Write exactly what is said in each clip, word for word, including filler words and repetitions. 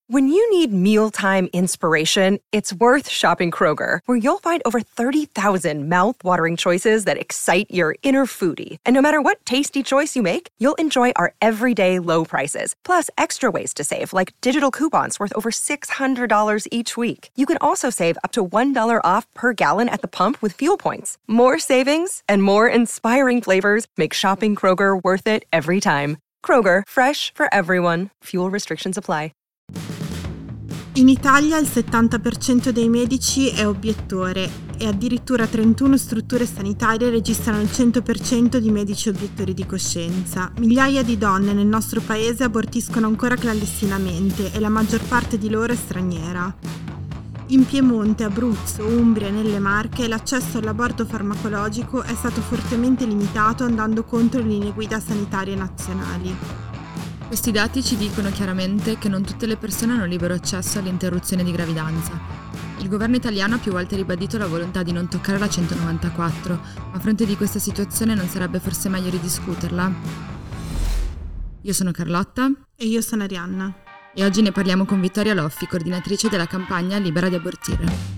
When you need mealtime inspiration, it's worth shopping Kroger, where you'll find over thirty thousand mouth-watering choices that excite your inner foodie. And no matter what tasty choice you make, you'll enjoy our everyday low prices, plus extra ways to save, like digital coupons worth over six hundred dollars each week. You can also save up to one dollar off per gallon at the pump with fuel points. More savings and more inspiring flavors make shopping Kroger worth it every time. Kroger, fresh for everyone. Fuel restrictions apply. In Italia il settanta per cento dei medici è obiettore e addirittura trentuno strutture sanitarie registrano il cento per cento di medici obiettori di coscienza. Migliaia di donne nel nostro paese abortiscono ancora clandestinamente e la maggior parte di loro è straniera. In Piemonte, Abruzzo, Umbria e nelle Marche l'accesso all'aborto farmacologico è stato fortemente limitato andando contro le linee guida sanitarie nazionali. Questi dati ci dicono chiaramente che non tutte le persone hanno libero accesso all'interruzione di gravidanza. Il governo italiano ha più volte ribadito la volontà di non toccare la centonovantaquattro, ma a fronte di questa situazione non sarebbe forse meglio ridiscuterla? Io sono Carlotta. E io sono Arianna. E oggi ne parliamo con Vittoria Loffi, coordinatrice della campagna Libera di abortire.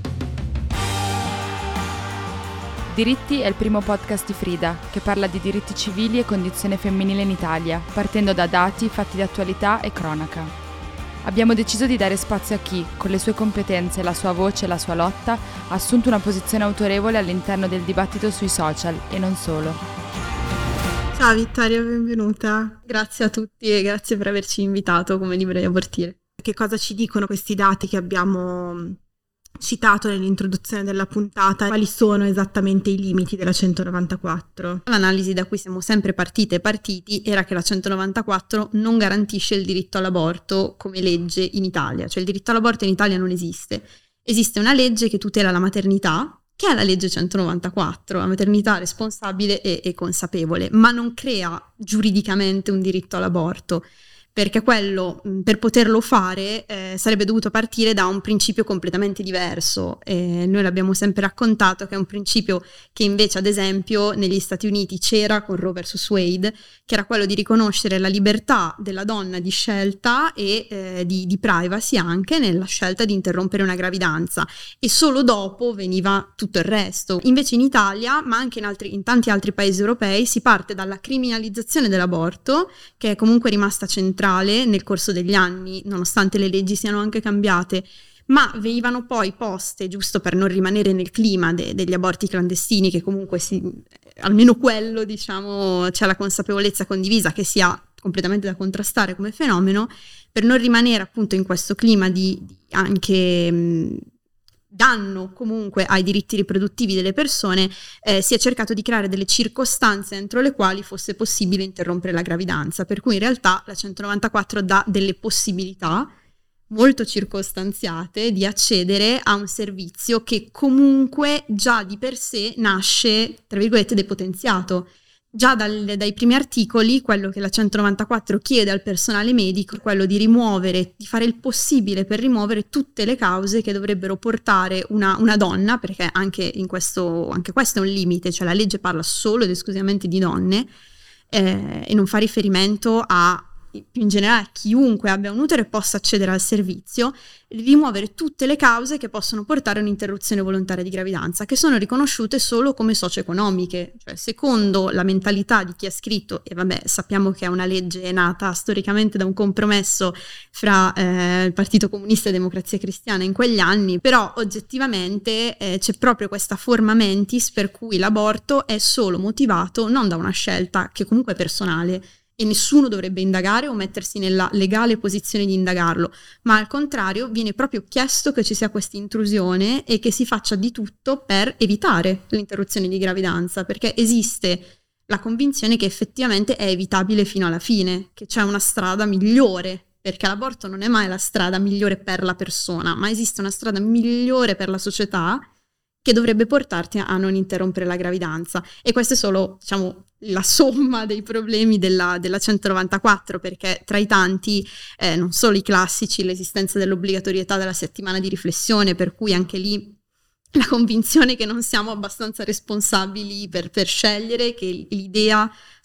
Diritti è il primo podcast di Frida, che parla di diritti civili e condizione femminile in Italia, partendo da dati, fatti di attualità e cronaca. Abbiamo deciso di dare spazio a chi, con le sue competenze, la sua voce e la sua lotta, ha assunto una posizione autorevole all'interno del dibattito sui social, e non solo. Ciao Vittoria, benvenuta. Grazie a tutti e grazie per averci invitato come Libera di abortire. Che cosa ci dicono questi dati che abbiamo citato nell'introduzione della puntata? Quali sono esattamente i limiti della centonovantaquattro? L'analisi da cui siamo sempre partite e partiti era che la centonovantaquattro non garantisce il diritto all'aborto come legge in Italia, cioè il diritto all'aborto in Italia non esiste. Esiste una legge che tutela la maternità, che è la legge centonovantaquattro, la maternità responsabile e, e consapevole, ma non crea giuridicamente un diritto all'aborto, perché quello, per poterlo fare, eh, sarebbe dovuto partire da un principio completamente diverso. E noi l'abbiamo sempre raccontato che è un principio che invece, ad esempio, negli Stati Uniti c'era con Roe versus Wade, che era quello di riconoscere la libertà della donna di scelta e eh, di, di privacy anche nella scelta di interrompere una gravidanza, e solo dopo veniva tutto il resto. Invece in Italia, ma anche in, altri, in tanti altri paesi europei, si parte dalla criminalizzazione dell'aborto, che è comunque rimasta centrale nel corso degli anni, nonostante le leggi siano anche cambiate, ma venivano poi poste, giusto per non rimanere nel clima de- degli aborti clandestini, che comunque si, almeno quello, diciamo, c'è la consapevolezza condivisa che sia completamente da contrastare come fenomeno, per non rimanere appunto in questo clima di, di anche mh, danno comunque ai diritti riproduttivi delle persone, eh, si è cercato di creare delle circostanze entro le quali fosse possibile interrompere la gravidanza, per cui in realtà la centonovantaquattro dà delle possibilità molto circostanziate di accedere a un servizio che comunque già di per sé nasce, tra virgolette, depotenziato. Già dal, dai primi articoli, quello che la centonovantaquattro chiede al personale medico è quello di rimuovere, di fare il possibile per rimuovere tutte le cause che dovrebbero portare una, una donna, perché anche in questo, anche questo è un limite, cioè la legge parla solo ed esclusivamente di donne, eh, e non fa riferimento a, più in generale, a chiunque abbia un utero e possa accedere al servizio, rimuovere tutte le cause che possono portare a un'interruzione volontaria di gravidanza, che sono riconosciute solo come socio-economiche, cioè secondo la mentalità di chi ha scritto, e vabbè sappiamo che è una legge nata storicamente da un compromesso fra eh, il Partito Comunista e Democrazia Cristiana in quegli anni, però oggettivamente eh, c'è proprio questa forma mentis per cui l'aborto è solo motivato non da una scelta che comunque è personale, e nessuno dovrebbe indagare o mettersi nella legale posizione di indagarlo, ma al contrario viene proprio chiesto che ci sia questa intrusione e che si faccia di tutto per evitare l'interruzione di gravidanza, perché esiste la convinzione che effettivamente è evitabile fino alla fine, che c'è una strada migliore, perché l'aborto non è mai la strada migliore per la persona, ma esiste una strada migliore per la società che dovrebbe portarti a non interrompere la gravidanza. E questa è solo, diciamo, la somma dei problemi della, della centonovantaquattro, perché tra i tanti eh, non solo i classici, l'esistenza dell'obbligatorietà della settimana di riflessione, per cui anche lì la convinzione che non siamo abbastanza responsabili per, per scegliere, che l'idea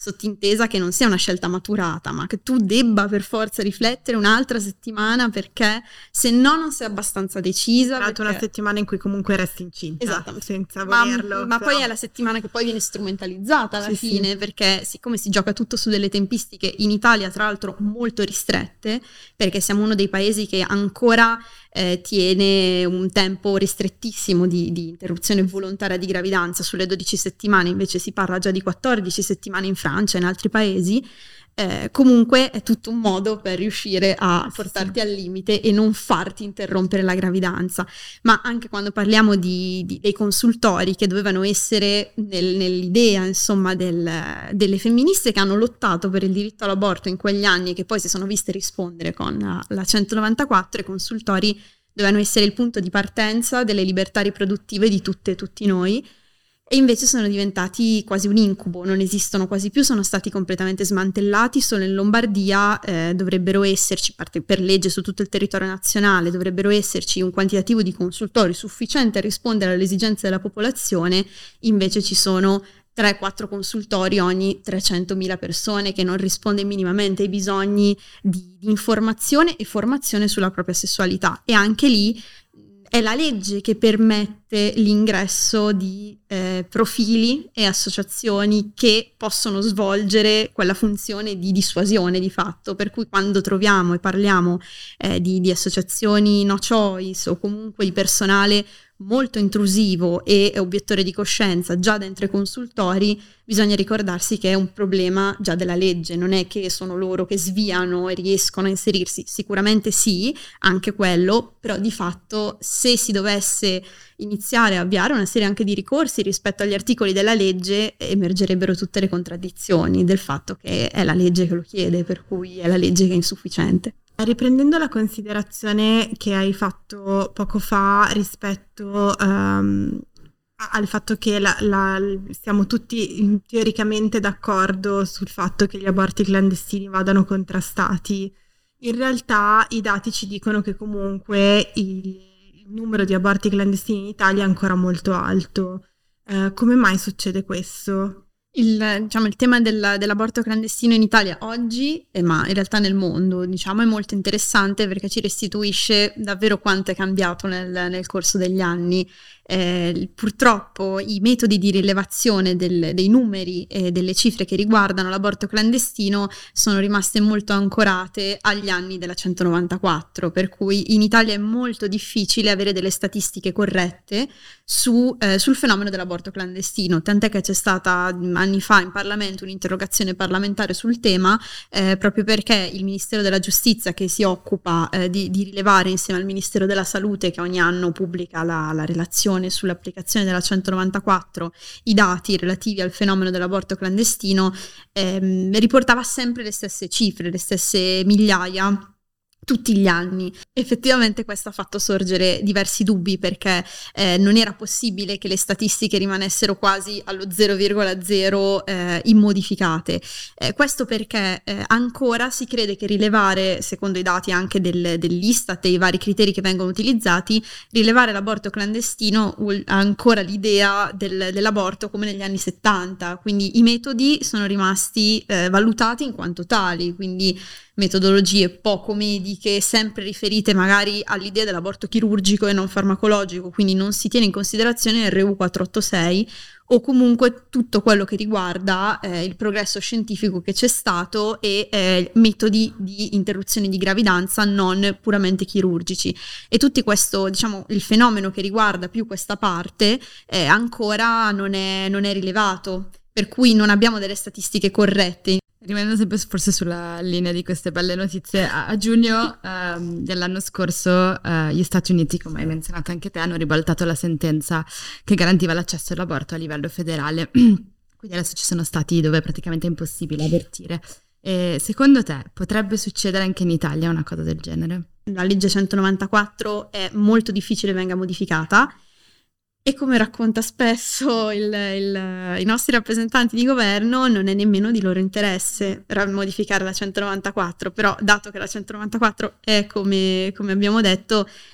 sottintesa che non sia una scelta maturata, ma che tu debba per forza riflettere un'altra settimana, perché se no non sei abbastanza decisa. Perché... una settimana in cui comunque resti incinta. Esattamente. Senza ma, volerlo. Ma però... poi è la settimana che poi viene strumentalizzata alla sì, fine, sì. perché siccome si gioca tutto su delle tempistiche in Italia, tra l'altro molto ristrette, perché siamo uno dei paesi che ancora eh, tiene un tempo ristrettissimo di, di interruzione volontaria di gravidanza sulle dodici settimane, invece si parla già di quattordici settimane in Francia e in altri paesi. Eh, comunque è tutto un modo per riuscire a portarti al limite e non farti interrompere la gravidanza. Ma anche quando parliamo di, di, dei consultori che dovevano essere nel, nell'idea insomma del, delle femministe che hanno lottato per il diritto all'aborto in quegli anni e che poi si sono viste rispondere con la, la centonovantaquattro, i consultori dovevano essere il punto di partenza delle libertà riproduttive di tutte e tutti noi. E invece sono diventati quasi un incubo, non esistono quasi più, sono stati completamente smantellati. Solo in Lombardia eh, dovrebbero esserci, parte per legge su tutto il territorio nazionale, dovrebbero esserci un quantitativo di consultori sufficiente a rispondere alle esigenze della popolazione, invece ci sono tre quattro consultori ogni trecentomila persone, che non risponde minimamente ai bisogni di, di informazione e formazione sulla propria sessualità. E anche lì è la legge che permette l'ingresso di eh, profili e associazioni che possono svolgere quella funzione di dissuasione di fatto, per cui quando troviamo e parliamo eh, di, di associazioni no choice o comunque di personale molto intrusivo e obiettore di coscienza già dentro i consultori, bisogna ricordarsi che è un problema già della legge, non è che sono loro che sviano e riescono a inserirsi. Sicuramente sì, anche quello, però di fatto se si dovesse iniziare a avviare una serie anche di ricorsi rispetto agli articoli della legge, emergerebbero tutte le contraddizioni del fatto che è la legge che lo chiede, per cui è la legge che è insufficiente. Riprendendo la considerazione che hai fatto poco fa rispetto um, al fatto che la, la, siamo tutti teoricamente d'accordo sul fatto che gli aborti clandestini vadano contrastati, in realtà i dati ci dicono che comunque il, il numero di aborti clandestini in Italia è ancora molto alto. Uh, come mai succede questo? Il, diciamo, il tema del, dell'aborto clandestino in Italia oggi, eh, ma in realtà nel mondo, diciamo, è molto interessante perché ci restituisce davvero quanto è cambiato nel, nel corso degli anni. Eh, purtroppo i metodi di rilevazione del, dei numeri e delle cifre che riguardano l'aborto clandestino sono rimaste molto ancorate agli anni della centonovantaquattro, per cui in Italia è molto difficile avere delle statistiche corrette su, eh, sul fenomeno dell'aborto clandestino, tant'è che c'è stata anni fa in Parlamento un'interrogazione parlamentare sul tema, eh, proprio perché il Ministero della Giustizia, che si occupa eh, di, di rilevare insieme al Ministero della Salute, che ogni anno pubblica la, la relazione sull'applicazione della centonovantaquattro, i dati relativi al fenomeno dell'aborto clandestino, ehm, riportava sempre le stesse cifre, le stesse migliaia tutti gli anni. Effettivamente questo ha fatto sorgere diversi dubbi, perché eh, non era possibile che le statistiche rimanessero quasi allo zero virgola zero eh, immodificate. Eh, questo perché eh, ancora si crede che rilevare, secondo i dati anche del, dell'Istat e i vari criteri che vengono utilizzati, rilevare l'aborto clandestino ha ancora l'idea del, dell'aborto come negli anni settanta, quindi i metodi sono rimasti eh, valutati in quanto tali, quindi metodologie poco mediche, sempre riferite magari all'idea dell'aborto chirurgico e non farmacologico, quindi non si tiene in considerazione R U quattrocentottantasei o comunque tutto quello che riguarda eh, il progresso scientifico che c'è stato e eh, metodi di interruzione di gravidanza non puramente chirurgici. E tutti questo, diciamo, il fenomeno che riguarda più questa parte eh, ancora non è, non è rilevato, per cui non abbiamo delle statistiche corrette. Rimanendo sempre forse sulla linea di queste belle notizie, a, a giugno ehm, dell'anno scorso eh, gli Stati Uniti, come hai menzionato anche te, hanno ribaltato la sentenza che garantiva l'accesso all'aborto a livello federale. Quindi adesso ci sono stati dove è praticamente impossibile abortire. E secondo te potrebbe succedere anche in Italia una cosa del genere? La legge centonovantaquattro è molto difficile venga modificata. E come racconta spesso il, il, i nostri rappresentanti di governo, non è nemmeno di loro interesse modificare la centonovantaquattro, però dato che la centonovantaquattro è, come, come abbiamo detto,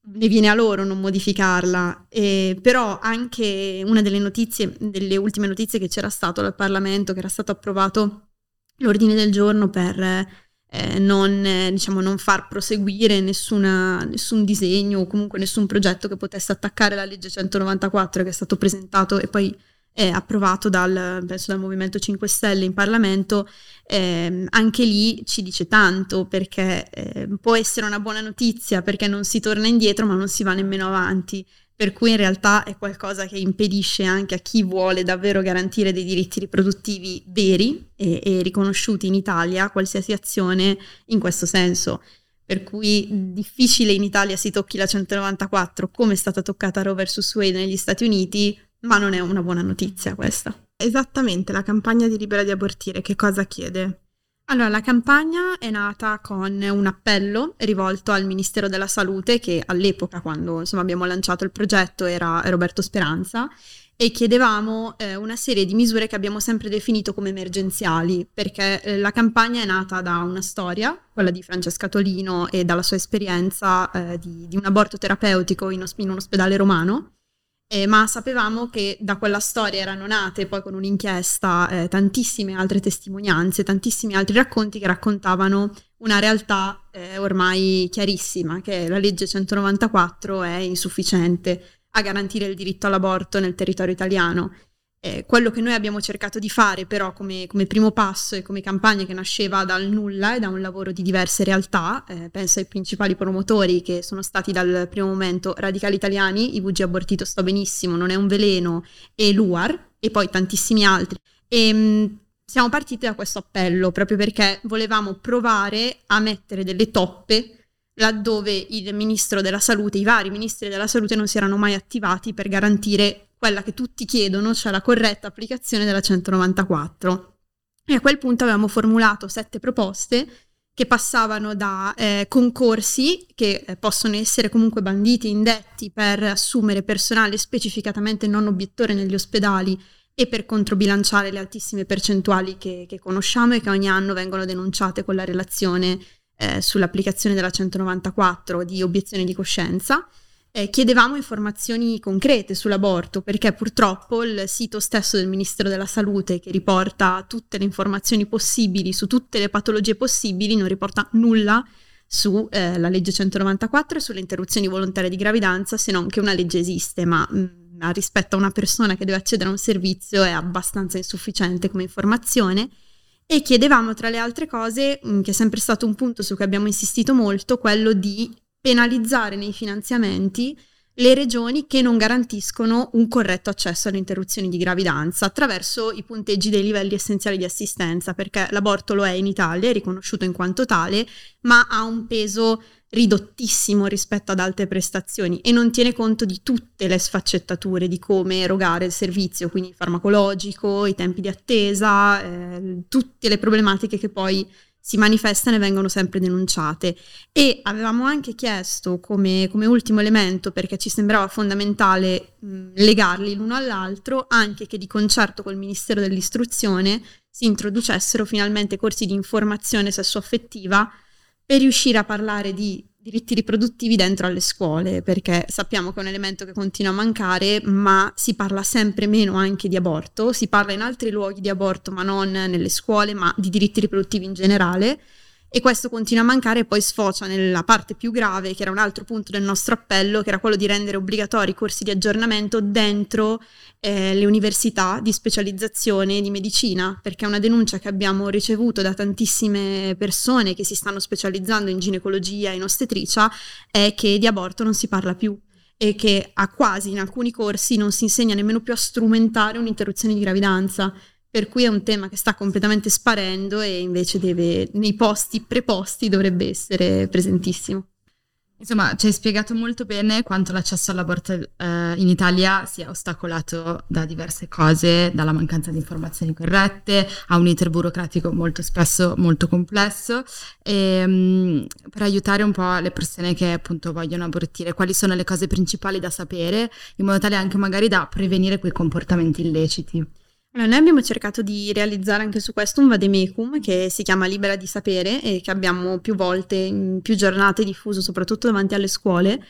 ne viene a loro non modificarla. E però anche una delle notizie, delle ultime notizie che c'era stato dal Parlamento, che era stato approvato l'ordine del giorno per eh, non, eh, diciamo, non far proseguire nessuna, nessun disegno o comunque nessun progetto che potesse attaccare la legge centonovantaquattro, che è stato presentato e poi è approvato dal, penso dal Movimento cinque Stelle in Parlamento. Eh, anche lì ci dice tanto, perché eh, può essere una buona notizia perché non si torna indietro ma non si va nemmeno avanti, per cui in realtà è qualcosa che impedisce anche a chi vuole davvero garantire dei diritti riproduttivi veri e, e riconosciuti in Italia qualsiasi azione in questo senso. Per cui difficile in Italia si tocchi la centonovantaquattro come è stata toccata Roe versus Wade negli Stati Uniti, ma non è una buona notizia questa. Esattamente, la campagna di Libera di abortire che cosa chiede? Allora, la campagna è nata con un appello rivolto al Ministero della Salute, che all'epoca, quando insomma abbiamo lanciato il progetto, era Roberto Speranza, e chiedevamo eh, una serie di misure che abbiamo sempre definito come emergenziali, perché eh, la campagna è nata da una storia, quella di Francesca Tolino, e dalla sua esperienza eh, di, di un aborto terapeutico in, osp- in un ospedale romano. Eh, ma sapevamo che da quella storia erano nate poi con un'inchiesta eh, tantissime altre testimonianze, tantissimi altri racconti che raccontavano una realtà eh, ormai chiarissima, che la legge centonovantaquattro è insufficiente a garantire il diritto all'aborto nel territorio italiano. Eh, quello che noi abbiamo cercato di fare però come, come primo passo e come campagna che nasceva dal nulla e da un lavoro di diverse realtà, eh, penso ai principali promotori che sono stati dal primo momento Radicali Italiani, I V G Abortito Sto Benissimo, Non è un veleno e l'U A R e poi tantissimi altri. E, mh, siamo partiti da questo appello proprio perché volevamo provare a mettere delle toppe laddove il ministro della salute, i vari ministri della salute non si erano mai attivati per garantire quella che tutti chiedono, cioè la corretta applicazione della centonovantaquattro. E a quel punto avevamo formulato sette proposte che passavano da eh, concorsi che eh, possono essere comunque banditi e indetti per assumere personale specificatamente non obiettore negli ospedali e per controbilanciare le altissime percentuali che, che conosciamo e che ogni anno vengono denunciate con la relazione eh, sull'applicazione della centonovantaquattro di obiezione di coscienza. Eh, chiedevamo informazioni concrete sull'aborto, perché purtroppo il sito stesso del Ministero della Salute, che riporta tutte le informazioni possibili su tutte le patologie possibili, non riporta nulla su eh, la legge centonovantaquattro e sulle interruzioni volontarie di gravidanza, se non che una legge esiste, ma mh, rispetto a una persona che deve accedere a un servizio è abbastanza insufficiente come informazione. E chiedevamo, tra le altre cose, mh, che è sempre stato un punto su cui abbiamo insistito molto, quello di penalizzare nei finanziamenti le regioni che non garantiscono un corretto accesso alle interruzioni di gravidanza attraverso i punteggi dei livelli essenziali di assistenza, perché l'aborto lo è in Italia, è riconosciuto in quanto tale, ma ha un peso ridottissimo rispetto ad altre prestazioni e non tiene conto di tutte le sfaccettature di come erogare il servizio, quindi farmacologico, i tempi di attesa, eh, tutte le problematiche che poi si manifestano e vengono sempre denunciate. E avevamo anche chiesto come, come ultimo elemento, perché ci sembrava fondamentale mh, legarli l'uno all'altro, anche che di concerto col Ministero dell'Istruzione si introducessero finalmente corsi di informazione sessuaffettiva per riuscire a parlare di diritti riproduttivi dentro alle scuole, perché sappiamo che è un elemento che continua a mancare, ma si parla sempre meno anche di aborto, si parla in altri luoghi di aborto, ma non nelle scuole, ma di diritti riproduttivi in generale, e questo continua a mancare e poi sfocia nella parte più grave, che era un altro punto del nostro appello, che era quello di rendere obbligatori i corsi di aggiornamento dentro eh, le università di specializzazione di medicina, perché è una denuncia che abbiamo ricevuto da tantissime persone che si stanno specializzando in ginecologia e in ostetricia, è che di aborto non si parla più e che a quasi in alcuni corsi non si insegna nemmeno più a strumentare un'interruzione di gravidanza. Per cui è un tema che sta completamente sparendo e invece deve, nei posti preposti dovrebbe essere presentissimo. Insomma, ci hai spiegato molto bene quanto l'accesso all'aborto eh, in Italia sia ostacolato da diverse cose, dalla mancanza di informazioni corrette a un iter burocratico molto spesso molto complesso. E, mh, per aiutare un po' le persone che appunto vogliono abortire, quali sono le cose principali da sapere, in modo tale anche magari da prevenire quei comportamenti illeciti? Allora, noi abbiamo cercato di realizzare anche su questo un vademecum che si chiama Libera di Sapere e che abbiamo più volte, in più giornate, diffuso soprattutto davanti alle scuole,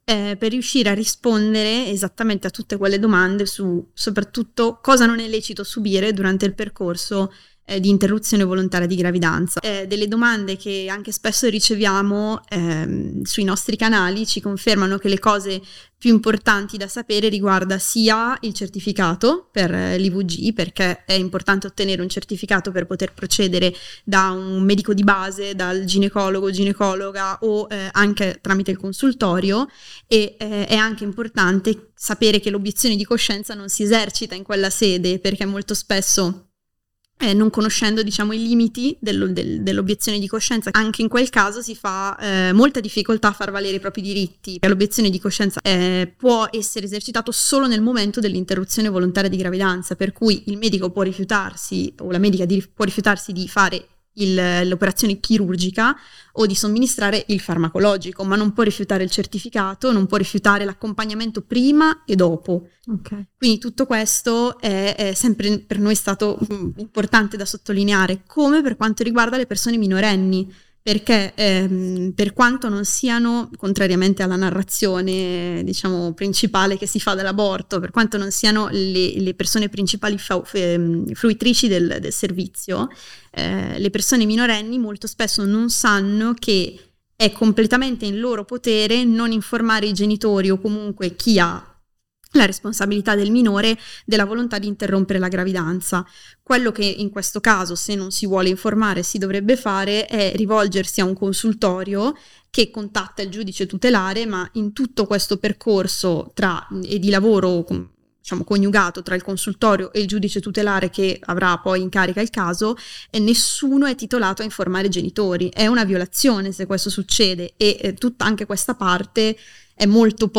eh, per riuscire a rispondere esattamente a tutte quelle domande su soprattutto cosa non è lecito subire durante il percorso eh, di interruzione volontaria di gravidanza. Eh, delle domande che anche spesso riceviamo ehm, sui nostri canali ci confermano che le cose più importanti da sapere riguarda sia il certificato per l'I V G, perché è importante ottenere un certificato per poter procedere da un medico di base, dal ginecologo, ginecologa o eh, anche tramite il consultorio, e eh, è anche importante sapere che l'obiezione di coscienza non si esercita in quella sede, perché molto spesso Eh, non conoscendo diciamo i limiti dello, del, dell'obiezione di coscienza, anche in quel caso si fa eh, molta difficoltà a far valere i propri diritti. L'obiezione di coscienza eh, può essere esercitato solo nel momento dell'interruzione volontaria di gravidanza, per cui il medico può rifiutarsi o la medica di, può rifiutarsi di fare il, l'operazione chirurgica o di somministrare il farmacologico, ma non può rifiutare il certificato, non può rifiutare l'accompagnamento prima e dopo. Okay. Quindi tutto questo è, è sempre per noi stato mh, importante da sottolineare, come per quanto riguarda le persone minorenni, perché ehm, per quanto non siano, contrariamente alla narrazione diciamo principale che si fa dell'aborto, per quanto non siano le, le persone principali fa, f, fruitrici del, del servizio, eh, le persone minorenni molto spesso non sanno che è completamente in loro potere non informare i genitori o comunque chi ha la responsabilità del minore della volontà di interrompere la gravidanza. Quello che in questo caso, se non si vuole informare, si dovrebbe fare è rivolgersi a un consultorio che contatta il giudice tutelare, ma in tutto questo percorso tra e di lavoro diciamo coniugato tra il consultorio e il giudice tutelare che avrà poi in carica il caso, e nessuno è titolato a informare i genitori. È una violazione se questo succede, e eh, tutta anche questa parte è molto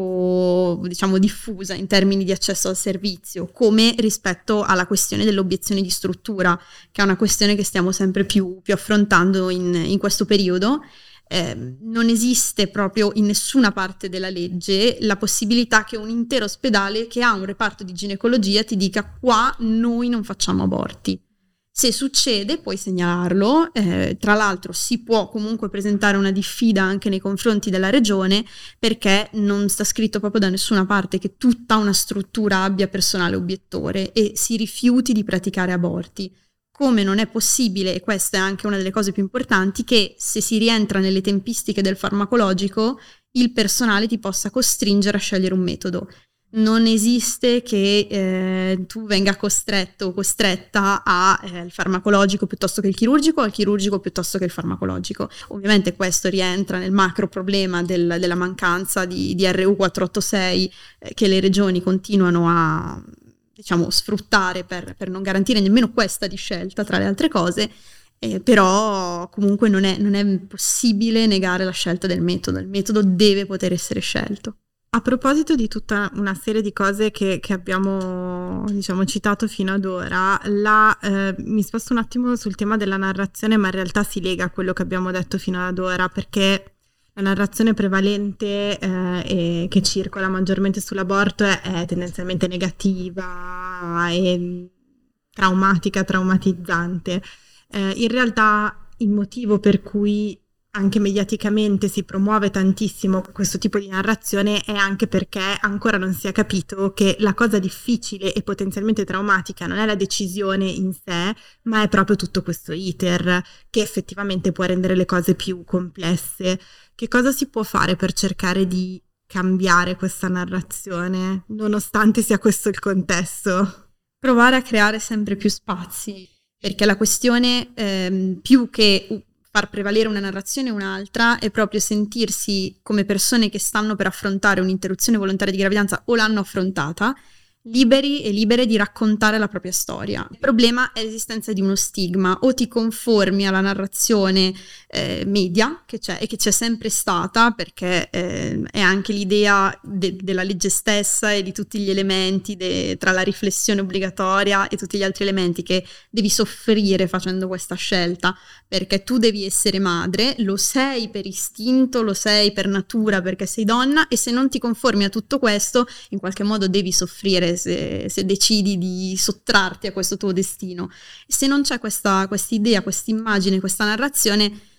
poco, diciamo, diffusa in termini di accesso al servizio, come rispetto alla questione dell'obiezione di struttura, che è una questione che stiamo sempre più, più affrontando in, in questo periodo. Eh, non esiste proprio in nessuna parte della legge la possibilità che un intero ospedale che ha un reparto di ginecologia ti dica: qua noi non facciamo aborti. Se succede puoi segnalarlo, eh, tra l'altro si può comunque presentare una diffida anche nei confronti della regione, perché non sta scritto proprio da nessuna parte che tutta una struttura abbia personale obiettore e si rifiuti di praticare aborti. Come non è possibile, e questa è anche una delle cose più importanti, che se si rientra nelle tempistiche del farmacologico il personale ti possa costringere a scegliere un metodo. Non esiste che eh, tu venga costretto o costretta al eh, farmacologico piuttosto che il chirurgico, o al chirurgico piuttosto che il farmacologico. Ovviamente questo rientra nel macro problema del, della mancanza di, di R U quattrocentottantasei eh, che le regioni continuano a diciamo sfruttare per, per non garantire nemmeno questa di scelta, tra le altre cose. Eh, però comunque non è, non è possibile negare la scelta del metodo. Il metodo deve poter essere scelto. A proposito di tutta una serie di cose che, che abbiamo diciamo citato fino ad ora, la, eh, mi sposto un attimo sul tema della narrazione, ma in realtà si lega a quello che abbiamo detto fino ad ora, perché la narrazione prevalente eh, e che circola maggiormente sull'aborto è, è tendenzialmente negativa e traumatica, traumatizzante. Eh, in realtà il motivo per cui anche mediaticamente si promuove tantissimo questo tipo di narrazione è anche perché ancora non si è capito che la cosa difficile e potenzialmente traumatica non è la decisione in sé, ma è proprio tutto questo iter che effettivamente può rendere le cose più complesse. Che cosa si può fare per cercare di cambiare questa narrazione, nonostante sia questo il contesto? Provare a creare sempre più spazi, perché la questione ehm, più che far prevalere una narrazione o un'altra è proprio sentirsi come persone che stanno per affrontare un'interruzione volontaria di gravidanza o l'hanno affrontata, liberi e libere di raccontare la propria storia. Il problema è l'esistenza di uno stigma: o ti conformi alla narrazione eh, media che c'è e che c'è sempre stata, perché eh, è anche l'idea de- della legge stessa e di tutti gli elementi de- tra la riflessione obbligatoria e tutti gli altri elementi, che devi soffrire facendo questa scelta, perché tu devi essere madre, lo sei per istinto, lo sei per natura perché sei donna, e se non ti conformi a tutto questo in qualche modo devi soffrire Se, se decidi di sottrarti a questo tuo destino. E se non c'è questa idea, questa immagine, questa narrazione,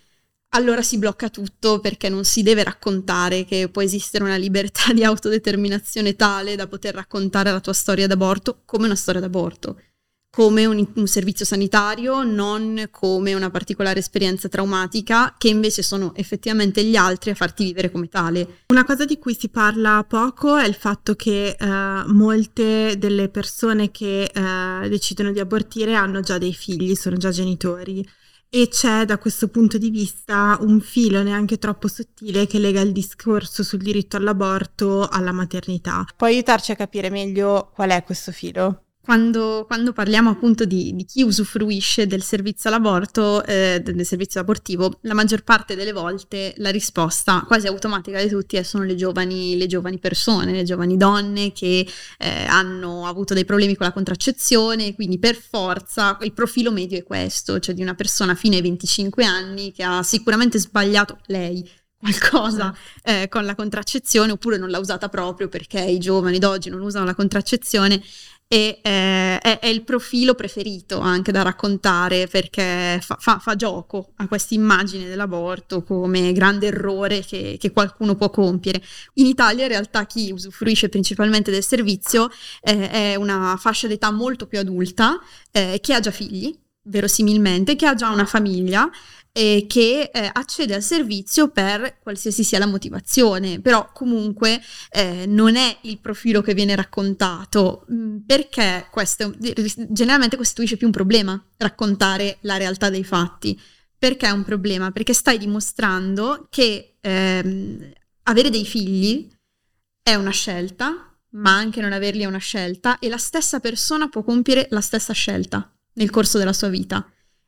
allora si blocca tutto, perché non si deve raccontare che può esistere una libertà di autodeterminazione tale da poter raccontare la tua storia d'aborto come una storia d'aborto, come un, un servizio sanitario, non come una particolare esperienza traumatica, che invece sono effettivamente gli altri a farti vivere come tale. Una cosa di cui si parla poco è il fatto che eh, molte delle persone che eh, decidono di abortire hanno già dei figli, sono già genitori. E c'è da questo punto di vista un filo neanche troppo sottile che lega il discorso sul diritto all'aborto alla maternità. Puoi aiutarci a capire meglio qual è questo filo? Quando, quando parliamo appunto di, di chi usufruisce del servizio all'aborto, eh, del servizio abortivo, la maggior parte delle volte la risposta quasi automatica di tutti è sono le giovani, le giovani persone, le giovani donne che eh, hanno avuto dei problemi con la contraccezione, quindi per forza il profilo medio è questo, cioè di una persona fine ai venticinque anni che ha sicuramente sbagliato lei qualcosa eh, con la contraccezione, oppure non l'ha usata proprio, perché i giovani d'oggi non usano la contraccezione. E eh, è, è il profilo preferito anche da raccontare, perché fa, fa, fa gioco a questa immagine dell'aborto come grande errore che, che qualcuno può compiere. In Italia in realtà chi usufruisce principalmente del servizio eh, è una fascia d'età molto più adulta, eh, che ha già figli, verosimilmente, che ha già una famiglia, e che eh, accede al servizio per qualsiasi sia la motivazione, però comunque eh, non è il profilo che viene raccontato, perché questo generalmente costituisce più un problema, raccontare la realtà dei fatti. Perché è un problema? Perché stai dimostrando che ehm, avere dei figli è una scelta, ma anche non averli è una scelta, e la stessa persona può compiere la stessa scelta nel corso della sua vita.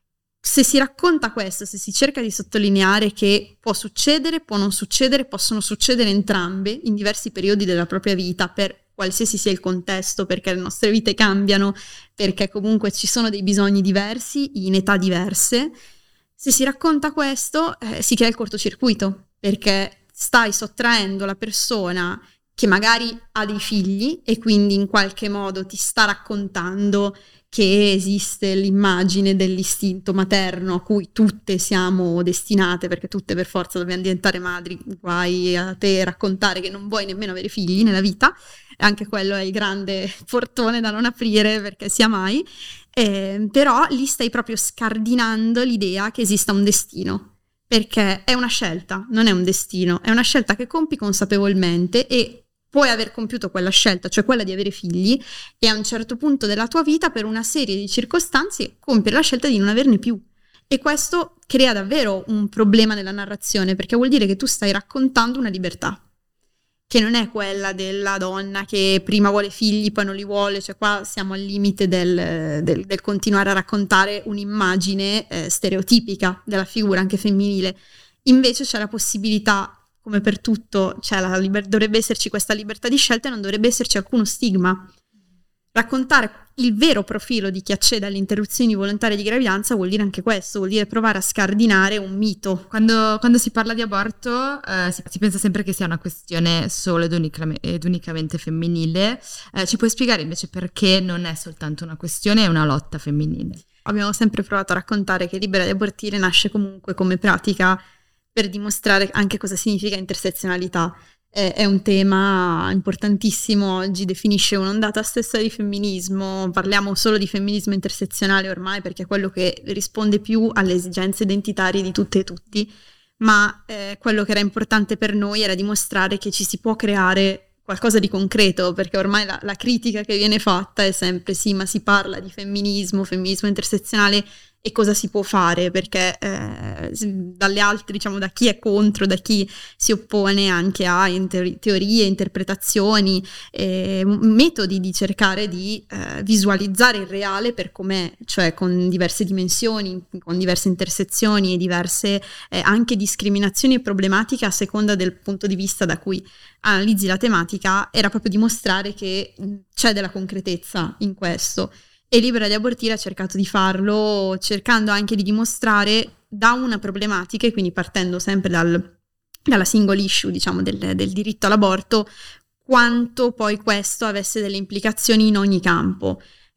Se si racconta questo, se si cerca di sottolineare che può succedere, può non succedere, possono succedere entrambe in diversi periodi della propria vita, per qualsiasi sia il contesto, perché le nostre vite cambiano, perché comunque ci sono dei bisogni diversi in età diverse, se si racconta questo eh, si crea il cortocircuito, perché stai sottraendo la persona che magari ha dei figli e quindi in qualche modo ti sta raccontando che esiste l'immagine dell'istinto materno a cui tutte siamo destinate, perché tutte per forza dobbiamo diventare madri. Guai a te raccontare che non vuoi nemmeno avere figli nella vita, anche quello è il grande portone da non aprire, perché sia mai, eh, però lì stai proprio scardinando l'idea che esista un destino, perché è una scelta, non è un destino, è una scelta che compi consapevolmente, e puoi aver compiuto quella scelta, cioè quella di avere figli, e a un certo punto della tua vita, per una serie di circostanze, compiere la scelta di non averne più. E questo crea davvero un problema nella narrazione, perché vuol dire che tu stai raccontando una libertà, che non è quella della donna che prima vuole figli, poi non li vuole, cioè qua siamo al limite del, del, del continuare a raccontare un'immagine eh, stereotipica della figura anche femminile. Invece c'è la possibilità, come per tutto, cioè la liber- dovrebbe esserci questa libertà di scelta e non dovrebbe esserci alcuno stigma. Raccontare il vero profilo di chi accede alle interruzioni volontarie di gravidanza vuol dire anche questo, vuol dire provare a scardinare un mito. Quando, quando si parla di aborto eh, si, si pensa sempre che sia una questione solo ed, unica, ed unicamente femminile. Eh, ci puoi spiegare invece perché non è soltanto una questione, è una lotta femminile? Abbiamo sempre provato a raccontare che Libera di abortire nasce comunque come pratica per dimostrare anche cosa significa intersezionalità. Eh, è un tema importantissimo oggi, definisce un'ondata stessa di femminismo. Parliamo solo di femminismo intersezionale ormai, perché è quello che risponde più alle esigenze identitarie di tutte e tutti, ma eh, quello che era importante per noi era dimostrare che ci si può creare qualcosa di concreto, perché ormai la, la critica che viene fatta è sempre sì, ma si parla di femminismo, femminismo intersezionale, e cosa si può fare, perché eh, dalle altre, diciamo, da chi è contro, da chi si oppone anche a inter- teorie, interpretazioni, eh, metodi di cercare di eh, visualizzare il reale per com'è, cioè con diverse dimensioni, con diverse intersezioni e diverse eh, anche discriminazioni e problematiche a seconda del punto di vista da cui analizzi la tematica, era proprio dimostrare che c'è della concretezza in questo. E Libera di abortire ha cercato di farlo, cercando anche di dimostrare da una problematica, e quindi partendo sempre dal, dalla single issue, diciamo, del, del diritto all'aborto, quanto poi questo avesse delle implicazioni in ogni campo.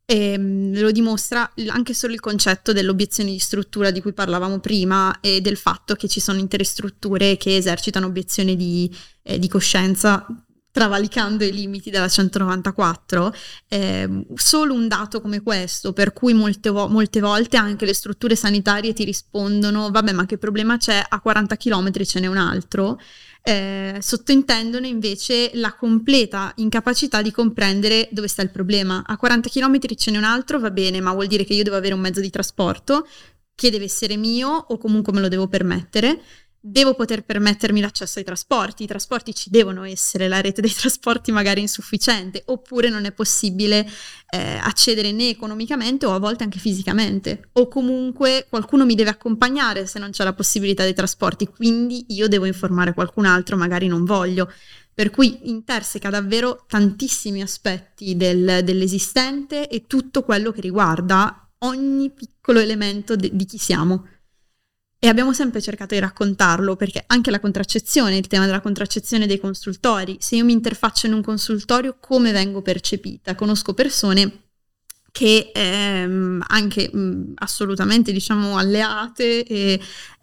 E lo dimostra anche solo il concetto dell'obiezione di struttura di cui parlavamo prima e del fatto che ci sono intere strutture che esercitano obiezione di, eh, di coscienza, travalicando i limiti della centonovantaquattro. Eh, solo un dato come questo, per cui molte, vo- molte volte anche le strutture sanitarie ti rispondono vabbè, ma che problema c'è, a quaranta chilometri ce n'è un altro, eh, sottointendono invece la completa incapacità di comprendere dove sta il problema. A quaranta chilometri ce n'è un altro, va bene, ma vuol dire che io devo avere un mezzo di trasporto che deve essere mio o comunque me lo devo permettere. Devo poter permettermi l'accesso ai trasporti, i trasporti ci devono essere, la rete dei trasporti magari è insufficiente, oppure non è possibile eh, accedere né economicamente o a volte anche fisicamente, o comunque qualcuno mi deve accompagnare se non c'è la possibilità dei trasporti, quindi io devo informare qualcun altro, magari non voglio. Per cui interseca davvero tantissimi aspetti del, dell'esistente e tutto quello che riguarda ogni piccolo elemento de- di chi siamo. E abbiamo sempre cercato di raccontarlo, perché anche la contraccezione, il tema della contraccezione dei consultori, se io mi interfaccio in un consultorio, come vengo percepita? Conosco persone che ehm, anche mh, assolutamente, diciamo, alleate e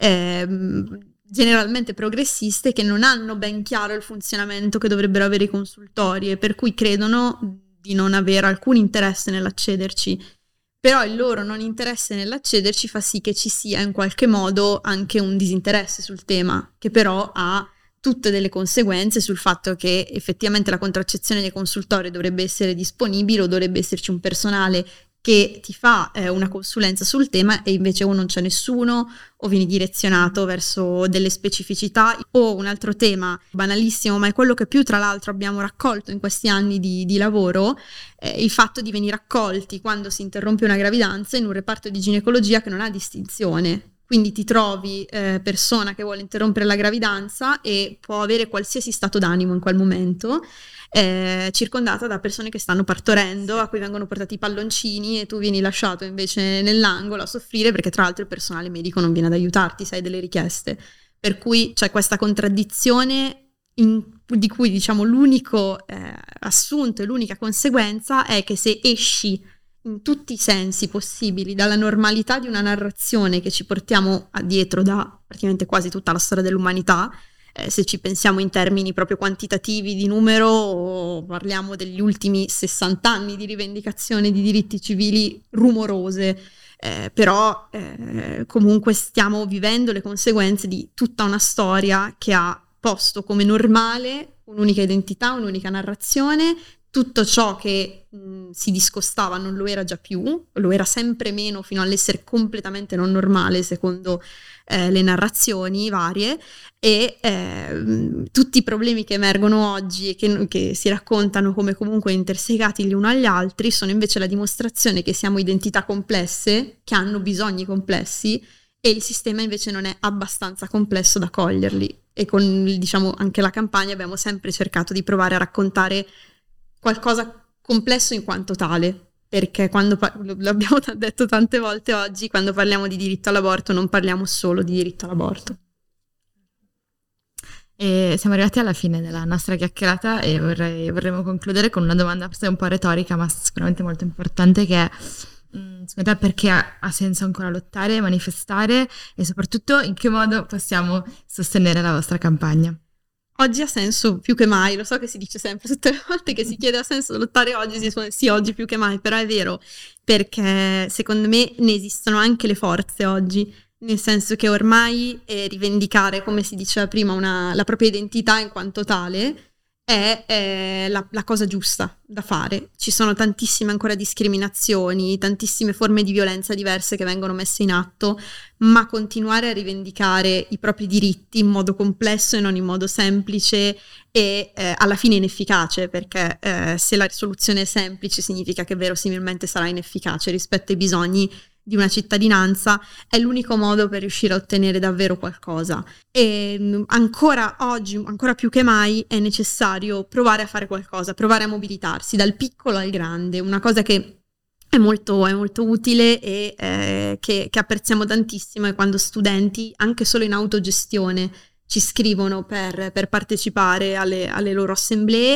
ehm, generalmente progressiste, che non hanno ben chiaro il funzionamento che dovrebbero avere i consultori e per cui credono di non avere alcun interesse nell'accederci. Però il loro non interesse nell'accederci fa sì che ci sia in qualche modo anche un disinteresse sul tema, che però ha tutte delle conseguenze sul fatto che effettivamente la contraccezione dei consultori dovrebbe essere disponibile o dovrebbe esserci un personale che ti fa eh, una consulenza sul tema e invece o non c'è nessuno o vieni direzionato verso delle specificità. O un altro tema banalissimo, ma è quello che più tra l'altro abbiamo raccolto in questi anni di, di lavoro, eh, il fatto di venire accolti quando si interrompe una gravidanza in un reparto di ginecologia che non ha distinzione. Quindi ti trovi eh, persona che vuole interrompere la gravidanza e può avere qualsiasi stato d'animo in quel momento, eh, circondata da persone che stanno partorendo, a cui vengono portati i palloncini e tu vieni lasciato invece nell'angolo a soffrire perché tra l'altro il personale medico non viene ad aiutarti se hai delle richieste. Per cui c'è questa contraddizione in, di cui diciamo l'unico eh, assunto e l'unica conseguenza è che se esci in tutti i sensi possibili dalla normalità di una narrazione che ci portiamo dietro da praticamente quasi tutta la storia dell'umanità, eh, se ci pensiamo in termini proprio quantitativi di numero o parliamo degli ultimi sessanta anni di rivendicazione di diritti civili rumorose, eh, però eh, comunque stiamo vivendo le conseguenze di tutta una storia che ha posto come normale un'unica identità, un'unica narrazione. Tutto ciò che mh, si discostava non lo era già più, lo era sempre meno fino all'essere completamente non normale secondo eh, le narrazioni varie e eh, tutti i problemi che emergono oggi e che, che si raccontano come comunque intersegati gli uni agli altri sono invece la dimostrazione che siamo identità complesse, che hanno bisogni complessi e il sistema invece non è abbastanza complesso da coglierli. E con diciamo anche la campagna abbiamo sempre cercato di provare a raccontare qualcosa complesso in quanto tale, perché quando par- l'abbiamo t- detto tante volte oggi, quando parliamo di diritto all'aborto non parliamo solo di diritto all'aborto. E siamo arrivati alla fine della nostra chiacchierata e vorrei, vorremmo concludere con una domanda forse un po' retorica ma sicuramente molto importante, che è mh, secondo te perché ha, ha senso ancora lottare, manifestare e soprattutto in che modo possiamo sostenere la vostra campagna? Oggi ha senso più che mai, lo so che si dice sempre tutte le volte che si chiede ha senso lottare oggi, si risponde sì, oggi più che mai, però è vero, perché secondo me ne esistono anche le forze oggi, nel senso che ormai eh, rivendicare, come si diceva prima, una, la propria identità in quanto tale è eh, la, la cosa giusta da fare. Ci sono tantissime ancora discriminazioni, tantissime forme di violenza diverse che vengono messe in atto, ma continuare a rivendicare i propri diritti in modo complesso e non in modo semplice e eh, alla fine inefficace, perché eh, se la soluzione è semplice significa che verosimilmente sarà inefficace rispetto ai bisogni di una cittadinanza, è l'unico modo per riuscire a ottenere davvero qualcosa. E ancora oggi, ancora più che mai, è necessario provare a fare qualcosa, provare a mobilitarsi dal piccolo al grande, una cosa che è molto, è molto utile e eh, che, che apprezziamo tantissimo è quando studenti, anche solo in autogestione, ci scrivono per, per partecipare alle, alle loro assemblee.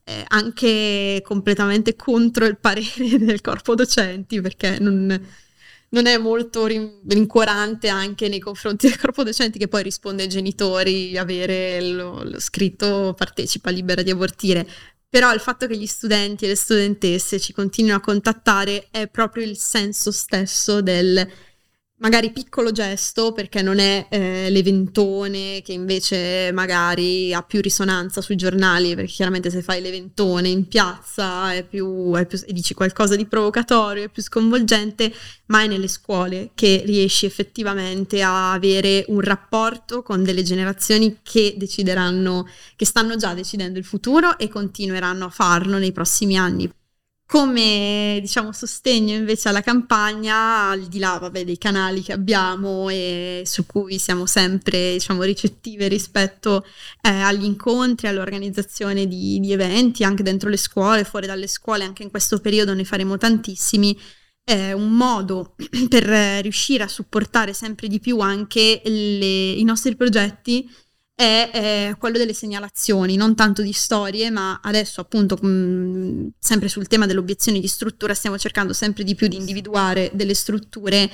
eh, anche completamente contro il parere del corpo docenti, perché non, non è molto rincuorante anche nei confronti del corpo docenti, che poi risponde ai genitori, avere lo, lo scritto partecipa, libera di abortire. Però il fatto che gli studenti e le studentesse ci continuino a contattare è proprio il senso stesso del magari piccolo gesto, perché non è eh, l'eventone che invece magari ha più risonanza sui giornali, perché chiaramente se fai l'eventone in piazza è più, è più, e dici qualcosa di provocatorio, è più sconvolgente, ma è nelle scuole che riesci effettivamente a avere un rapporto con delle generazioni che decideranno, che stanno già decidendo il futuro e continueranno a farlo nei prossimi anni. Come, diciamo, sostegno invece alla campagna, al di là, vabbè, dei canali che abbiamo e su cui siamo sempre, diciamo, ricettive rispetto eh, agli incontri, all'organizzazione di, di eventi anche dentro le scuole, fuori dalle scuole, anche in questo periodo ne faremo tantissimi. È un modo per riuscire a supportare sempre di più anche le, i nostri progetti. È, è quello delle segnalazioni, non tanto di storie, ma adesso appunto mh, sempre sul tema delle obiezioni di struttura stiamo cercando sempre di più di individuare delle strutture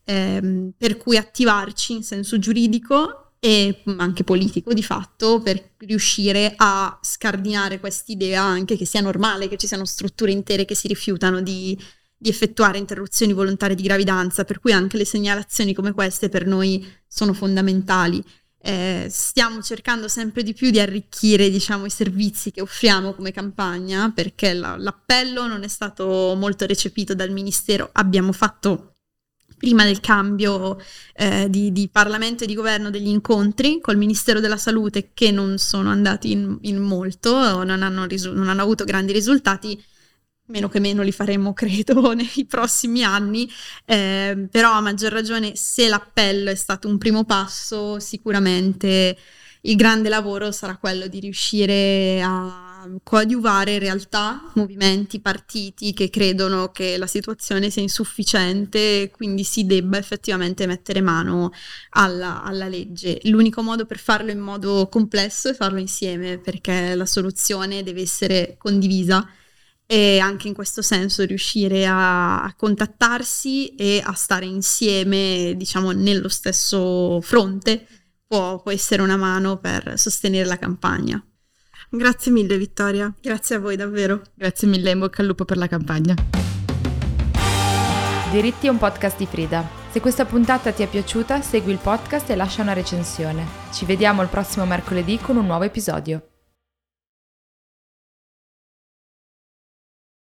ehm, per cui attivarci in senso giuridico e anche politico di fatto, per riuscire a scardinare quest'idea anche che sia normale che ci siano strutture intere che si rifiutano di, di effettuare interruzioni volontarie di gravidanza, per cui anche le segnalazioni come queste per noi sono fondamentali. Eh, stiamo cercando sempre di più di arricchire, diciamo, i servizi che offriamo come campagna, perché la, l'appello non è stato molto recepito dal Ministero. Abbiamo fatto prima del cambio eh, di, di Parlamento e di governo degli incontri col Ministero della Salute che non sono andati in, in molto, non hanno, risu- non hanno avuto grandi risultati. Meno che meno li faremo, credo, nei prossimi anni, eh, però a maggior ragione se l'appello è stato un primo passo, sicuramente il grande lavoro sarà quello di riuscire a coadiuvare realtà, movimenti, partiti che credono che la situazione sia insufficiente e quindi si debba effettivamente mettere mano alla, alla legge. L'unico modo per farlo in modo complesso è farlo insieme, perché la soluzione deve essere condivisa. E anche in questo senso riuscire a, a contattarsi e a stare insieme, diciamo, nello stesso fronte può, può essere una mano per sostenere la campagna. Grazie mille Vittoria. Grazie a voi davvero. Grazie mille, in bocca al lupo per la campagna. Diritti è un podcast di Frida. Se questa puntata ti è piaciuta, segui il podcast e lascia una recensione. Ci vediamo il prossimo mercoledì con un nuovo episodio.